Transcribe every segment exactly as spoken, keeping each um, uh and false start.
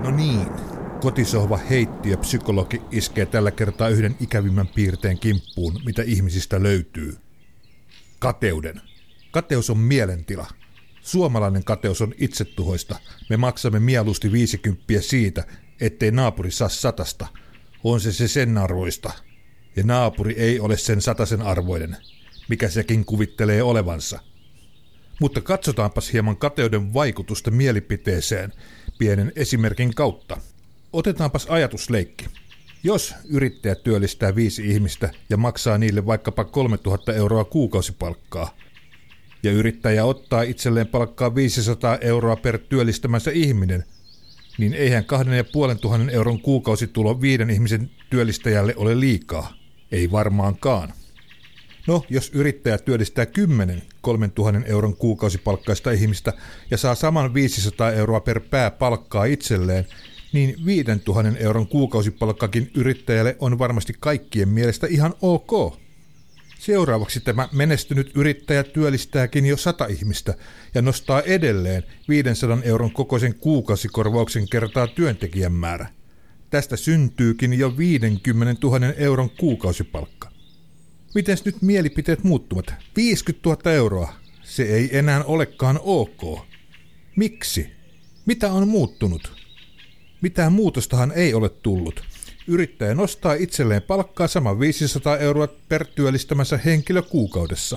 No niin, kotisohva heittiöpsykologi iskee tällä kertaa yhden ikävimmän piirteen kimppuun, mitä ihmisistä löytyy. Kateuden. Kateus on mielentila. Suomalainen kateus on itsetuhoista. Me maksamme mieluusti viisikymppiä siitä, ettei naapuri saa satasta. On se se sen arvoista. Ja naapuri ei ole sen satasen arvoinen, mikä sekin kuvittelee olevansa. Mutta katsotaanpas hieman kateuden vaikutusta mielipiteeseen pienen esimerkin kautta. Otetaanpas ajatusleikki. Jos yrittäjä työllistää viisi ihmistä ja maksaa niille vaikkapa kolmetuhatta euroa kuukausipalkkaa, ja yrittäjä ottaa itselleen palkkaa viisisataa euroa per työllistämänsä ihminen, niin eihän kahden ja puolen tuhannen euron kuukausitulo viiden ihmisen työllistäjälle ole liikaa. Ei varmaankaan. No, jos yrittäjä työllistää kymmenen kolmen tuhannen euron kuukausipalkkaista ihmistä ja saa saman viisisataa euroa per pää palkkaa itselleen, niin viiden tuhannen euron kuukausipalkkakin yrittäjälle on varmasti kaikkien mielestä ihan ok. Seuraavaksi tämä menestynyt yrittäjä työllistääkin jo sata ihmistä ja nostaa edelleen viisisataa euron kokoisen kuukausikorvauksen kertaa työntekijän määrä. Tästä syntyykin jo viisikymmentätuhatta euron kuukausipalkka. Mitens nyt mielipiteet muuttuvat? viisikymmentätuhatta euroa. Se ei enää olekaan ok. Miksi? Mitä on muuttunut? Mitään muutostahan ei ole tullut. Yrittäjä nostaa itselleen palkkaa saman viisisataa euroa per työllistämänsä henkilö kuukaudessa.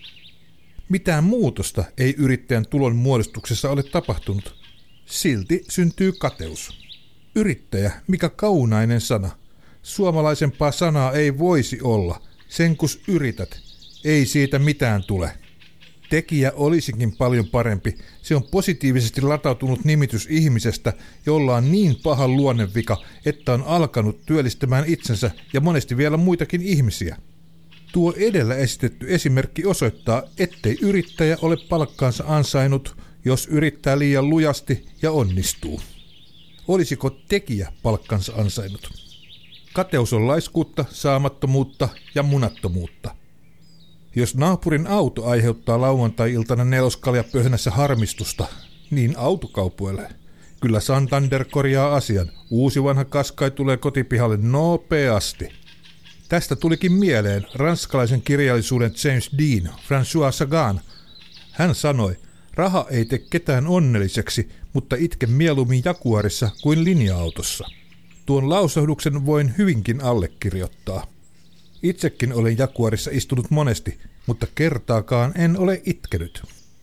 Mitään muutosta ei yrittäjän tulon muodostuksessa ole tapahtunut. Silti syntyy kateus. Yrittäjä, mikä kaunainen sana. Suomalaisempaa sanaa ei voisi olla. Sen kus yrität, ei siitä mitään tule. Tekijä olisikin paljon parempi. Se on positiivisesti latautunut nimitys ihmisestä, jolla on niin paha luonnevika, että on alkanut työllistämään itsensä ja monesti vielä muitakin ihmisiä. Tuo edellä esitetty esimerkki osoittaa, ettei yrittäjä ole palkkaansa ansainnut, jos yrittää liian lujasti ja onnistuu. Olisiko tekijä palkkansa ansainnut? Kateus on laiskuutta, saamattomuutta ja munattomuutta. Jos naapurin auto aiheuttaa lauantai-iltana neloskaljapöhnässä harmistusta, niin autokaupoille. Kyllä Santander korjaa asian. Uusi vanha Qashqai tulee kotipihalle nopeasti. Tästä tulikin mieleen ranskalaisen kirjallisuuden James Dean, François Sagan. Hän sanoi, raha ei tee ketään onnelliseksi, mutta itke mieluummin Jaguarissa kuin linja-autossa. Tuon lausahduksen voin hyvinkin allekirjoittaa. Itsekin olen Jaguarissa istunut monesti, mutta kertaakaan en ole itkenyt.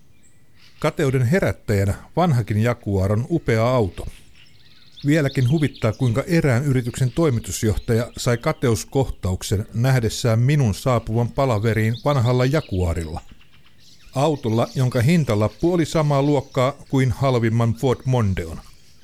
Kateuden herättäjänä vanhakin Jaguar on upea auto. Vieläkin huvittaa, kuinka erään yrityksen toimitusjohtaja sai kateuskohtauksen nähdessään minun saapuvan palaveriin vanhalla Jaguarilla. Autolla, jonka hintalappu oli samaa luokkaa kuin halvimman Ford Mondeon.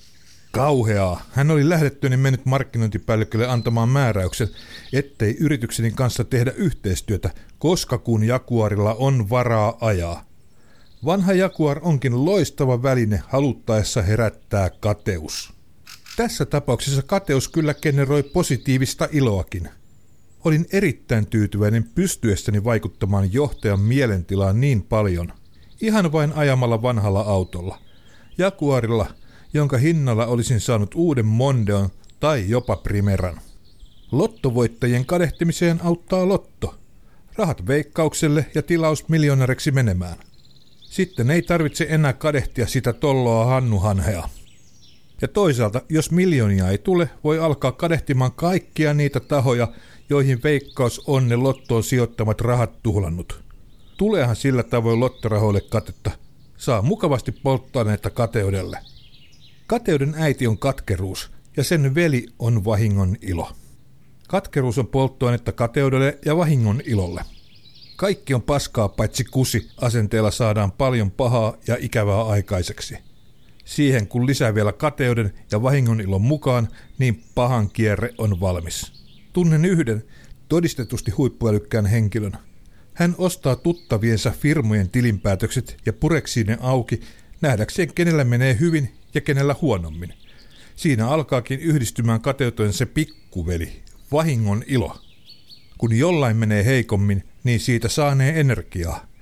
Kauheaa. Hän oli lähdettyäni mennyt markkinointipäällikölle antamaan määräyksen, ettei yritykseni kanssa tehdä yhteistyötä, koska kun Jaguarilla on varaa ajaa. Vanha Jaguar onkin loistava väline haluttaessa herättää kateus. Tässä tapauksessa kateus kyllä generoi positiivista iloakin. Olin erittäin tyytyväinen pystyessäni vaikuttamaan johtajan mielentilaan niin paljon. Ihan vain ajamalla vanhalla autolla. Jaguarilla, jonka hinnalla olisin saanut uuden Mondeon tai jopa Primeran. Lottovoittajien kadehtimiseen auttaa lotto. Rahat veikkaukselle ja tilaus miljonäreksi menemään. Sitten ei tarvitse enää kadehtia sitä tolloa hannuhanhea. Ja toisaalta, jos miljoonia ei tule, voi alkaa kadehtimaan kaikkia niitä tahoja, joihin veikkaus on ne lottoon sijoittamat rahat tuhlannut. Tuleehan sillä tavoin lottorahoille katetta. Saa mukavasti polttoaineita kateudelle. Kateuden äiti on katkeruus ja sen veli on vahingon ilo. Katkeruus on polttoainetta kateudelle ja vahingon ilolle. Kaikki on paskaa paitsi kusi, asenteella saadaan paljon pahaa ja ikävää aikaiseksi. Siihen kun lisää vielä kateuden ja vahingon ilon mukaan, niin pahan kierre on valmis. Tunnen yhden todistetusti huippuälykkään henkilön. Hän ostaa tuttaviensa firmojen tilinpäätökset ja pureksii ne auki nähdäkseen kenellä menee hyvin ja kenellä huonommin. Siinä alkaakin yhdistymään kateuteen se pikkuveli, vahingon ilo. Kun jollain menee heikommin, niin siitä saanee energiaa.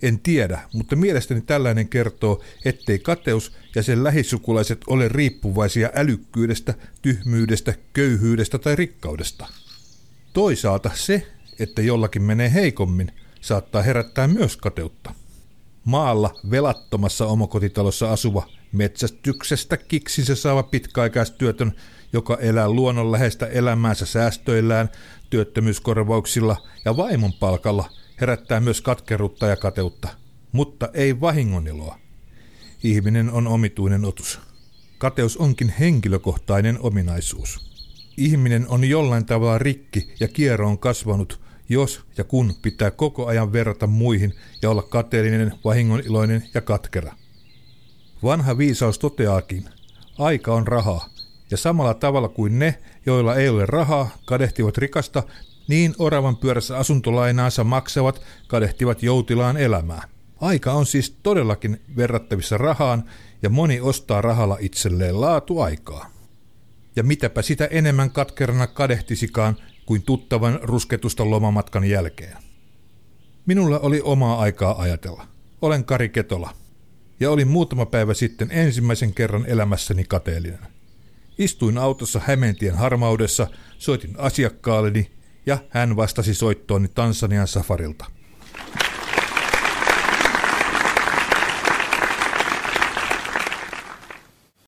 En tiedä, mutta mielestäni tällainen kertoo, ettei kateus ja sen lähisukulaiset ole riippuvaisia älykkyydestä, tyhmyydestä, köyhyydestä tai rikkaudesta. Toisaalta se, että jollakin menee heikommin, saattaa herättää myös kateutta. Maalla velattomassa omakotitalossa asuva, metsästyksestä kiksinsä saava pitkäaikaistyötön, joka elää luonnonläheistä elämäänsä säästöillään, työttömyyskorvauksilla ja vaimon palkalla, herättää myös katkeruutta ja kateutta, mutta ei vahingoniloa. Ihminen on omituinen otus. Kateus onkin henkilökohtainen ominaisuus. Ihminen on jollain tavalla rikki ja kierroon kasvanut, jos ja kun pitää koko ajan verrata muihin ja olla kateellinen, vahingoniloinen ja katkera. Vanha viisaus toteaakin, aika on rahaa, ja samalla tavalla kuin ne, joilla ei ole rahaa, kadehtivat rikasta, niin oravan pyörässä asuntolainaansa maksavat kadehtivat joutilaan elämää. Aika on siis todellakin verrattavissa rahaan, ja moni ostaa rahalla itselleen laatuaikaa. Ja mitäpä sitä enemmän katkerana kadehtisikaan kuin tuttavan rusketusta lomamatkan jälkeen. Minulla oli omaa aikaa ajatella. Olen Kari Ketola. Ja olin muutama päivä sitten ensimmäisen kerran elämässäni kateellinen. Istuin autossa Hämeentien harmaudessa, soitin asiakkaalleni ja hän vastasi soittooni Tansanian safarilta.